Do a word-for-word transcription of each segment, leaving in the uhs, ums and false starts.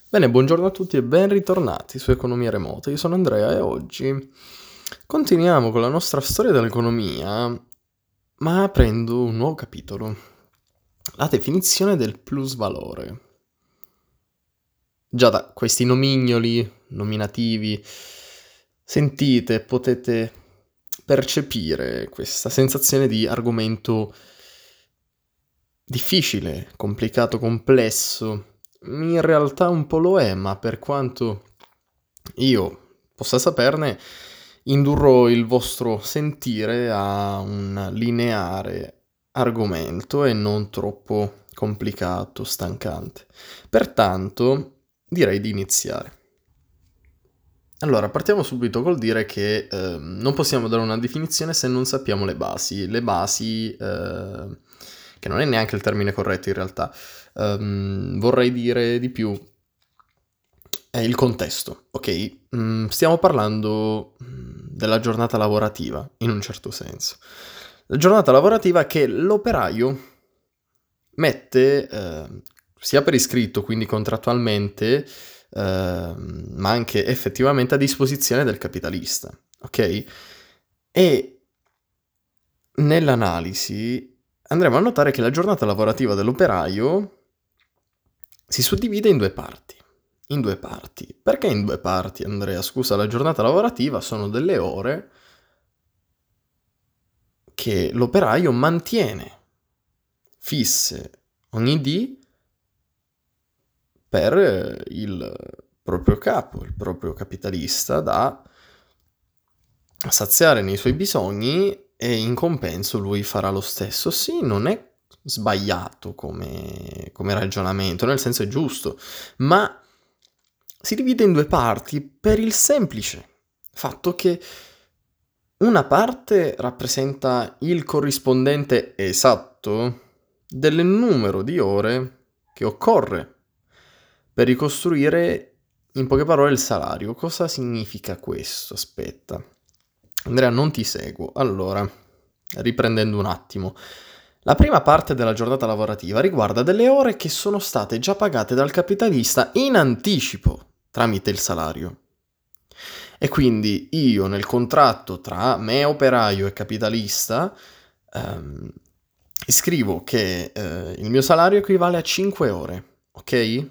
Bene, buongiorno a tutti e ben ritornati su Economia Remota. Io sono Andrea e oggi continuiamo con la nostra storia dell'economia, ma aprendo un nuovo capitolo, la definizione del plusvalore. Già da questi nomignoli, nominativi, sentite, potete percepire questa sensazione di argomento difficile, complicato, complesso. In realtà un po' lo è, ma per quanto io possa saperne, indurrò il vostro sentire a un lineare argomento e non troppo complicato, stancante. Pertanto, direi di iniziare. Allora, partiamo subito col dire che eh, non possiamo dare una definizione se non sappiamo le basi. Le basi, eh, che non è neanche il termine corretto in realtà, ehm, vorrei dire di più, è il contesto, ok? Mm, stiamo parlando mm, della giornata lavorativa, in un certo senso. La giornata lavorativa che l'operaio mette, eh, sia per iscritto, quindi contrattualmente, eh, ma anche effettivamente a disposizione del capitalista, ok? E nell'analisi andremo a notare che la giornata lavorativa dell'operaio si suddivide in due parti. In due parti. Perché in due parti, Andrea? Scusa, la giornata lavorativa sono delle ore che l'operaio mantiene fisse ogni dì per il proprio capo, il proprio capitalista, da saziare nei suoi bisogni e in compenso lui farà lo stesso. Sì, non è sbagliato come, come ragionamento, nel senso è giusto, ma si divide in due parti per il semplice fatto che una parte rappresenta il corrispondente esatto del numero di ore che occorre per ricostruire, in poche parole, il salario. Cosa significa questo? Aspetta. Andrea, non ti seguo. Allora, riprendendo un attimo. La prima parte della giornata lavorativa riguarda delle ore che sono state già pagate dal capitalista in anticipo tramite il salario. E quindi io nel contratto tra me operaio e capitalista ehm, scrivo che eh, il mio salario equivale a cinque ore, ok?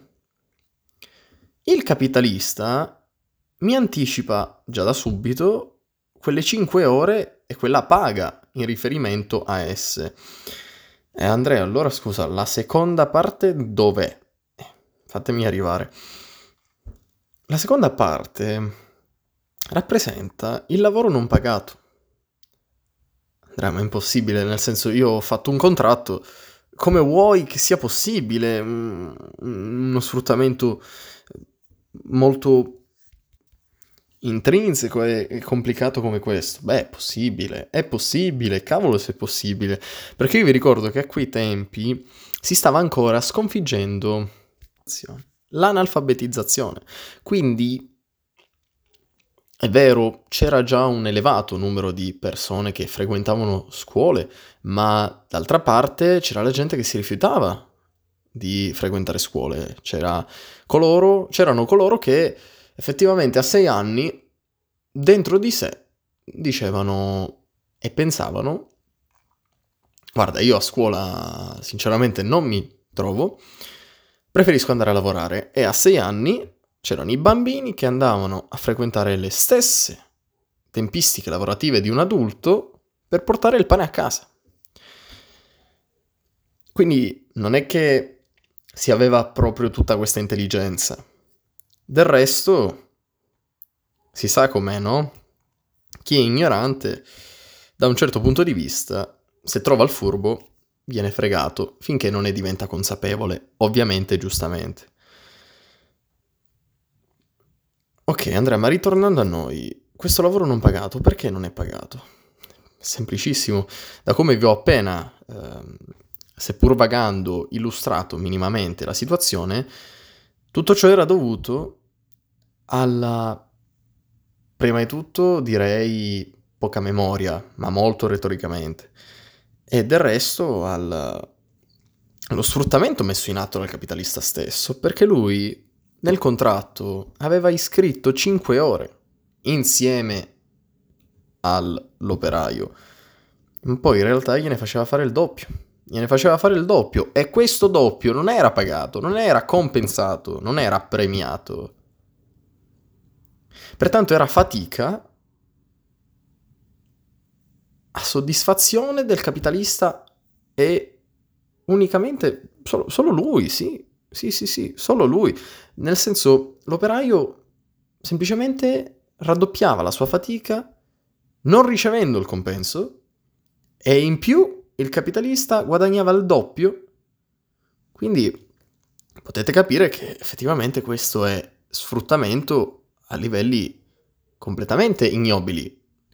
Il capitalista mi anticipa già da subito quelle cinque ore e quella paga in riferimento a esse. Eh, Andrea, allora scusa, la seconda parte dov'è? Eh, fatemi arrivare. La seconda parte rappresenta il lavoro non pagato. Andrea, ma è impossibile, nel senso io ho fatto un contratto, come vuoi che sia possibile mm, uno sfruttamento molto intrinseco e complicato come questo? Beh, è possibile, è possibile, cavolo se è possibile, perché io vi ricordo che a quei tempi si stava ancora sconfiggendo l'analfabetizzazione, quindi è vero, c'era già un elevato numero di persone che frequentavano scuole, ma d'altra parte c'era la gente che si rifiutava di frequentare scuole, c'era coloro, c'erano coloro che effettivamente a sei anni dentro di sé dicevano e pensavano: guarda, io a scuola sinceramente non mi trovo, preferisco andare a lavorare. E a sei anni c'erano i bambini che andavano a frequentare le stesse tempistiche lavorative di un adulto per portare il pane a casa. Quindi non è che si aveva proprio tutta questa intelligenza. Del resto, si sa com'è, no? Chi è ignorante, da un certo punto di vista, se trova il furbo, viene fregato finché non ne diventa consapevole, ovviamente e giustamente. Ok, Andrea, ma ritornando a noi, questo lavoro non pagato, perché non è pagato? Semplicissimo, da come vi ho appena, ehm, seppur vagando, illustrato minimamente la situazione, tutto ciò era dovuto alla, prima di tutto, direi poca memoria, ma molto retoricamente, e del resto al, allo sfruttamento messo in atto dal capitalista stesso, perché lui nel contratto aveva iscritto cinque ore insieme all'operaio, poi in realtà gliene faceva fare il doppio, gliene faceva fare il doppio e questo doppio non era pagato, non era compensato, non era premiato. Pertanto era fatica a soddisfazione del capitalista e unicamente solo, solo lui, sì, sì, sì, sì, solo lui. Nel senso, l'operaio semplicemente raddoppiava la sua fatica non ricevendo il compenso e in più il capitalista guadagnava il doppio. Quindi potete capire che effettivamente questo è sfruttamento a livelli completamente ignobili.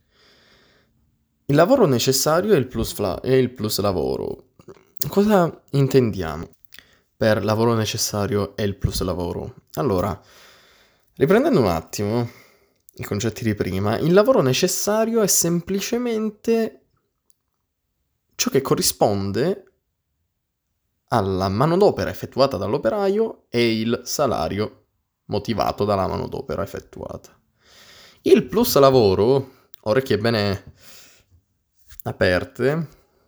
Il lavoro necessario è il plus, fla- è il plus lavoro. Cosa intendiamo per lavoro necessario e il plus lavoro? Allora, riprendendo un attimo i concetti di prima, il lavoro necessario è semplicemente ciò che corrisponde alla manodopera effettuata dall'operaio e il salario motivato dalla manodopera effettuata. Il plus lavoro, orecchie bene aperte,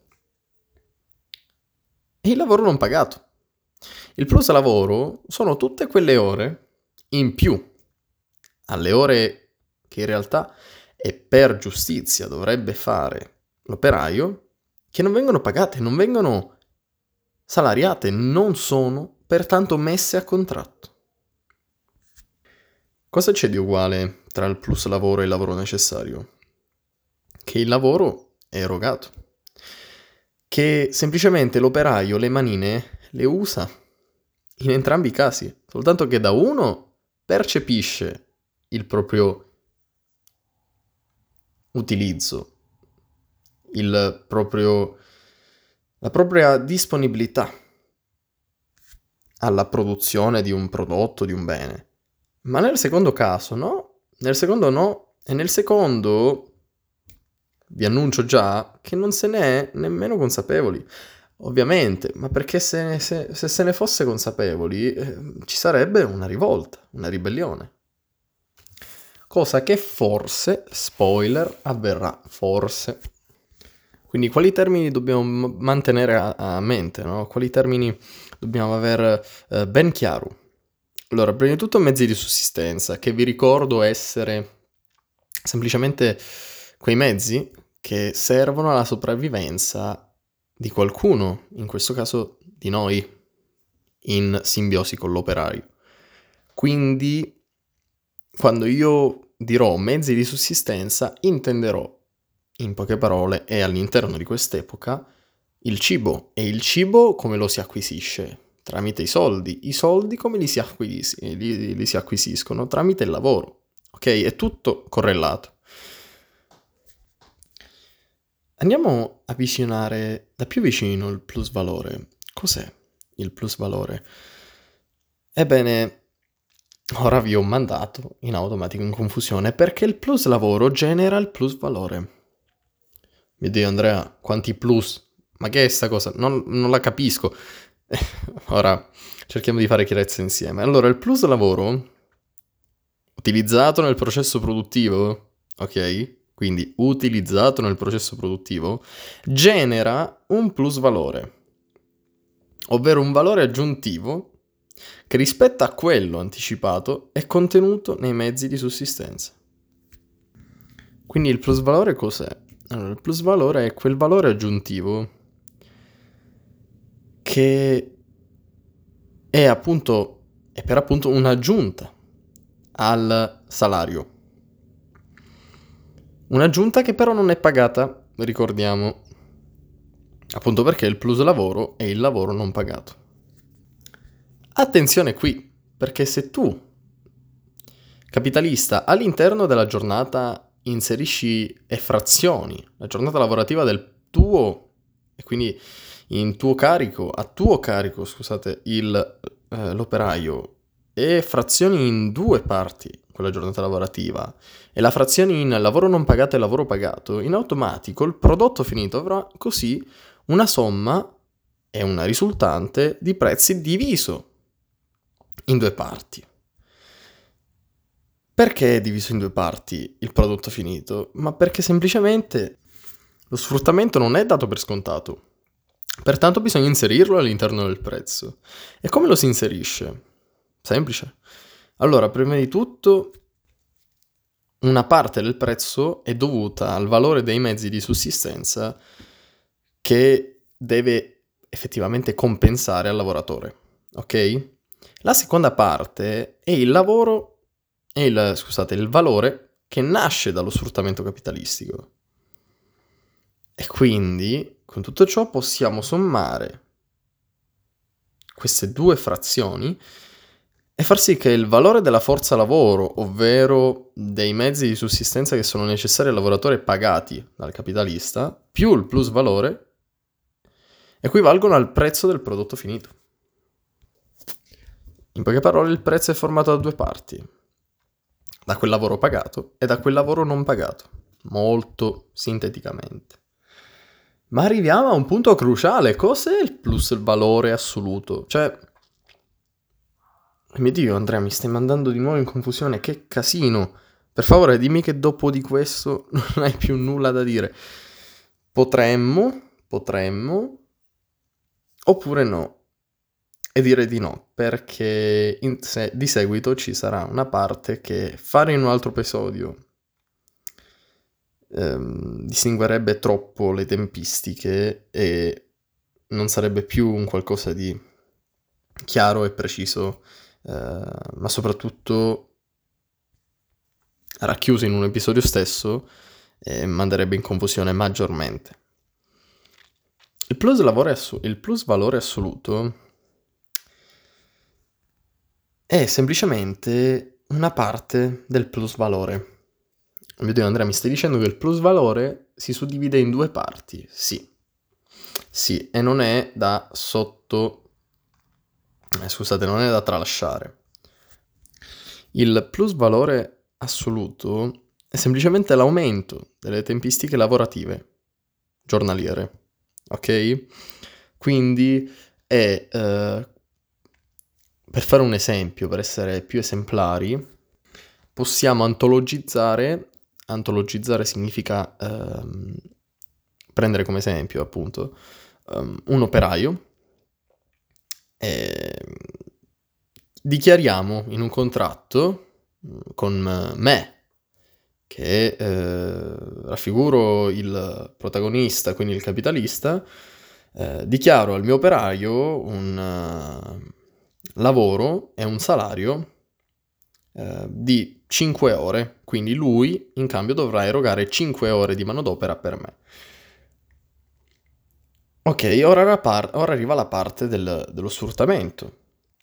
è il lavoro non pagato. Il plus lavoro sono tutte quelle ore in più alle ore che in realtà e per giustizia dovrebbe fare l'operaio, che non vengono pagate, non vengono salariate, non sono pertanto messe a contratto. Cosa c'è di uguale tra il plus lavoro e il lavoro necessario? Che il lavoro è erogato, che semplicemente l'operaio le manine le usa in entrambi i casi, soltanto che da uno percepisce il proprio utilizzo, il proprio, la propria disponibilità alla produzione di un prodotto, di un bene. Ma nel secondo caso no, nel secondo no, e nel secondo vi annuncio già che non se ne è nemmeno consapevoli. Ovviamente, ma perché se, ne, se, se se ne fosse consapevoli eh, ci sarebbe una rivolta, una ribellione. Cosa che forse, spoiler, avverrà, forse. Quindi quali termini dobbiamo m- mantenere a, a mente, no? Quali termini dobbiamo aver eh, ben chiaro? Allora, prima di tutto mezzi di sussistenza, che vi ricordo essere semplicemente quei mezzi che servono alla sopravvivenza di qualcuno, in questo caso di noi, in simbiosi con l'operaio. Quindi, quando io dirò mezzi di sussistenza, intenderò, in poche parole, e all'interno di quest'epoca, il cibo. E il cibo come lo si acquisisce? Tramite i soldi. I soldi come li si, acquis- li, li si acquisiscono? Tramite il lavoro. Ok? È tutto correlato. Andiamo a visionare da più vicino il plus valore. Cos'è il plus valore? Ebbene, ora vi ho mandato in automatico in confusione perché il plus lavoro genera il plus valore. Mio Dio, Andrea, quanti plus? Ma che è sta cosa? Non, non la capisco. Ora cerchiamo di fare chiarezza insieme. Allora, il plus lavoro utilizzato nel processo produttivo, ok? Quindi utilizzato nel processo produttivo, genera un plus valore, ovvero un valore aggiuntivo che rispetto a quello anticipato è contenuto nei mezzi di sussistenza. Quindi il plus valore cos'è? Allora, il plus valore è quel valore aggiuntivo che è appunto, è per appunto un'aggiunta al salario. Un'aggiunta che però non è pagata, ricordiamo, appunto perché il plus lavoro è il lavoro non pagato. Attenzione qui, perché se tu, capitalista, all'interno della giornata inserisci e frazioni la giornata lavorativa del tuo, e quindi in tuo carico, a tuo carico, scusate, il, eh, l'operaio, e frazioni in due parti quella giornata lavorativa, e la frazione in lavoro non pagato e lavoro pagato, in automatico il prodotto finito avrà così una somma e una risultante di prezzi diviso in due parti. Perché è diviso in due parti il prodotto finito? Ma perché semplicemente lo sfruttamento non è dato per scontato. Pertanto bisogna inserirlo all'interno del prezzo. E come lo si inserisce? Semplice. Allora, prima di tutto, una parte del prezzo è dovuta al valore dei mezzi di sussistenza che deve effettivamente compensare al lavoratore, ok? La seconda parte è il lavoro, è il, scusate, il valore che nasce dallo sfruttamento capitalistico. E quindi, con tutto ciò, possiamo sommare queste due frazioni e far sì che il valore della forza lavoro, ovvero dei mezzi di sussistenza che sono necessari al lavoratore pagati dal capitalista, più il plus valore, equivalgono al prezzo del prodotto finito. In poche parole, il prezzo è formato da due parti: da quel lavoro pagato e da quel lavoro non pagato, molto sinteticamente. Ma arriviamo a un punto cruciale: cos'è il plus valore assoluto? Cioè, mio Dio, Andrea, mi stai mandando di nuovo in confusione, che casino. Per favore, dimmi che dopo di questo non hai più nulla da dire. Potremmo, potremmo, oppure no. E dire di no, perché in se- di seguito ci sarà una parte che fare in un altro episodio ehm, distinguerebbe troppo le tempistiche e non sarebbe più un qualcosa di chiaro e preciso, eh, ma soprattutto racchiuso in un episodio stesso e manderebbe in confusione maggiormente. Il plus, lavoro assu- il plus valore assoluto è semplicemente una parte del plus valore. Mio Dio, Andrea, mi stai dicendo che il plus valore si suddivide in due parti? Sì. Sì, e non è da sotto... Eh, scusate, non è da tralasciare. Il plus valore assoluto è semplicemente l'aumento delle tempistiche lavorative giornaliere, ok? Quindi è... Eh, per fare un esempio, per essere più esemplari, possiamo antologizzare, antologizzare significa ehm, prendere come esempio appunto um, un operaio e dichiariamo in un contratto con me, che eh, raffiguro il protagonista, quindi il capitalista, eh, dichiaro al mio operaio un uh, lavoro e un salario eh, di cinque ore, quindi lui in cambio dovrà erogare cinque ore di manodopera per me. Ok, ora, la par- ora arriva la parte del- dello sfruttamento.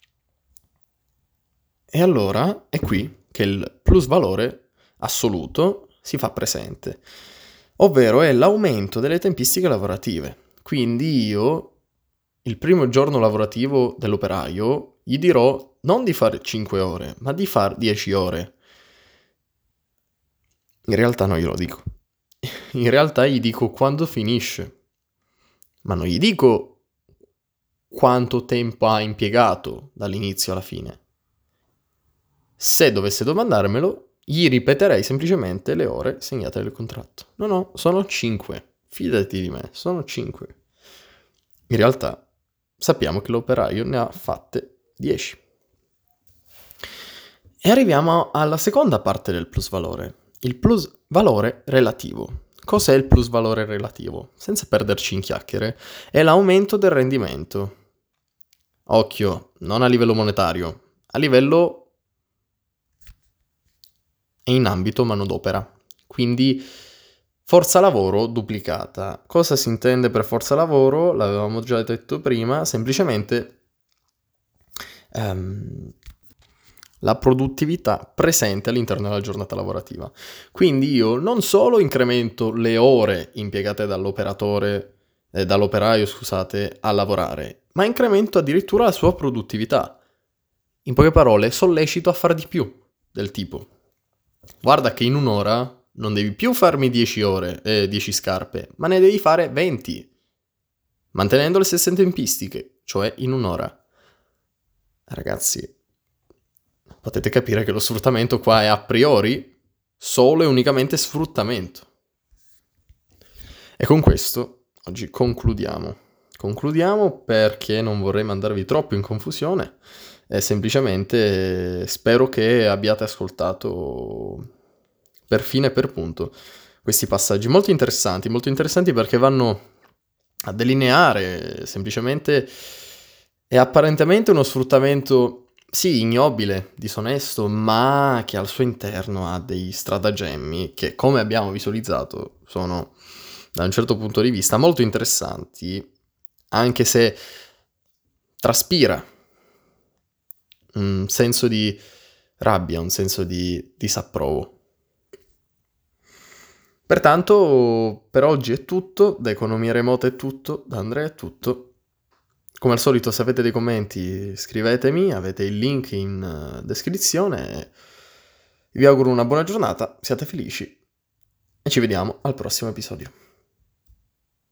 E allora è qui che il plus valore assoluto si fa presente, ovvero è l'aumento delle tempistiche lavorative. Quindi io, il primo giorno lavorativo dell'operaio, gli dirò non di fare cinque ore, ma di fare dieci ore. In realtà non glielo dico. In realtà gli dico quando finisce, ma non gli dico quanto tempo ha impiegato dall'inizio alla fine. Se dovesse domandarmelo, gli ripeterei semplicemente le ore segnate nel contratto. No, no, sono cinque. Fidati di me, sono cinque. In realtà sappiamo che l'operaio ne ha fatte dieci. E arriviamo alla seconda parte del plus valore, il plus valore relativo. Cos'è il plus valore relativo? Senza perderci in chiacchiere, è l'aumento del rendimento. Occhio, non a livello monetario, a livello e in ambito manodopera. Quindi forza lavoro duplicata. Cosa si intende per forza lavoro? L'avevamo già detto prima, semplicemente ehm, la produttività presente all'interno della giornata lavorativa. Quindi io non solo incremento le ore impiegate dall'operatore, eh, dall'operaio, scusate, a lavorare, ma incremento addirittura la sua produttività. In poche parole, sollecito a fare di più, del tipo: guarda che in un'ora non devi più farmi dieci ore, eh, dieci scarpe, ma ne devi fare venti, mantenendo le stesse tempistiche, cioè in un'ora. Ragazzi, potete capire che lo sfruttamento qua è a priori solo e unicamente sfruttamento. E con questo oggi concludiamo. Concludiamo perché non vorrei mandarvi troppo in confusione e semplicemente spero che abbiate ascoltato per fine e per punto questi passaggi molto interessanti, molto interessanti perché vanno a delineare semplicemente e apparentemente uno sfruttamento, sì, ignobile, disonesto, ma che al suo interno ha dei stratagemmi che, come abbiamo visualizzato, sono da un certo punto di vista molto interessanti, anche se traspira un senso di rabbia, un senso di disapprovo. Pertanto per oggi è tutto, da Economia Remota è tutto, da Andrea è tutto. Come al solito, se avete dei commenti scrivetemi, avete il link in descrizione. Vi auguro una buona giornata, siate felici e ci vediamo al prossimo episodio.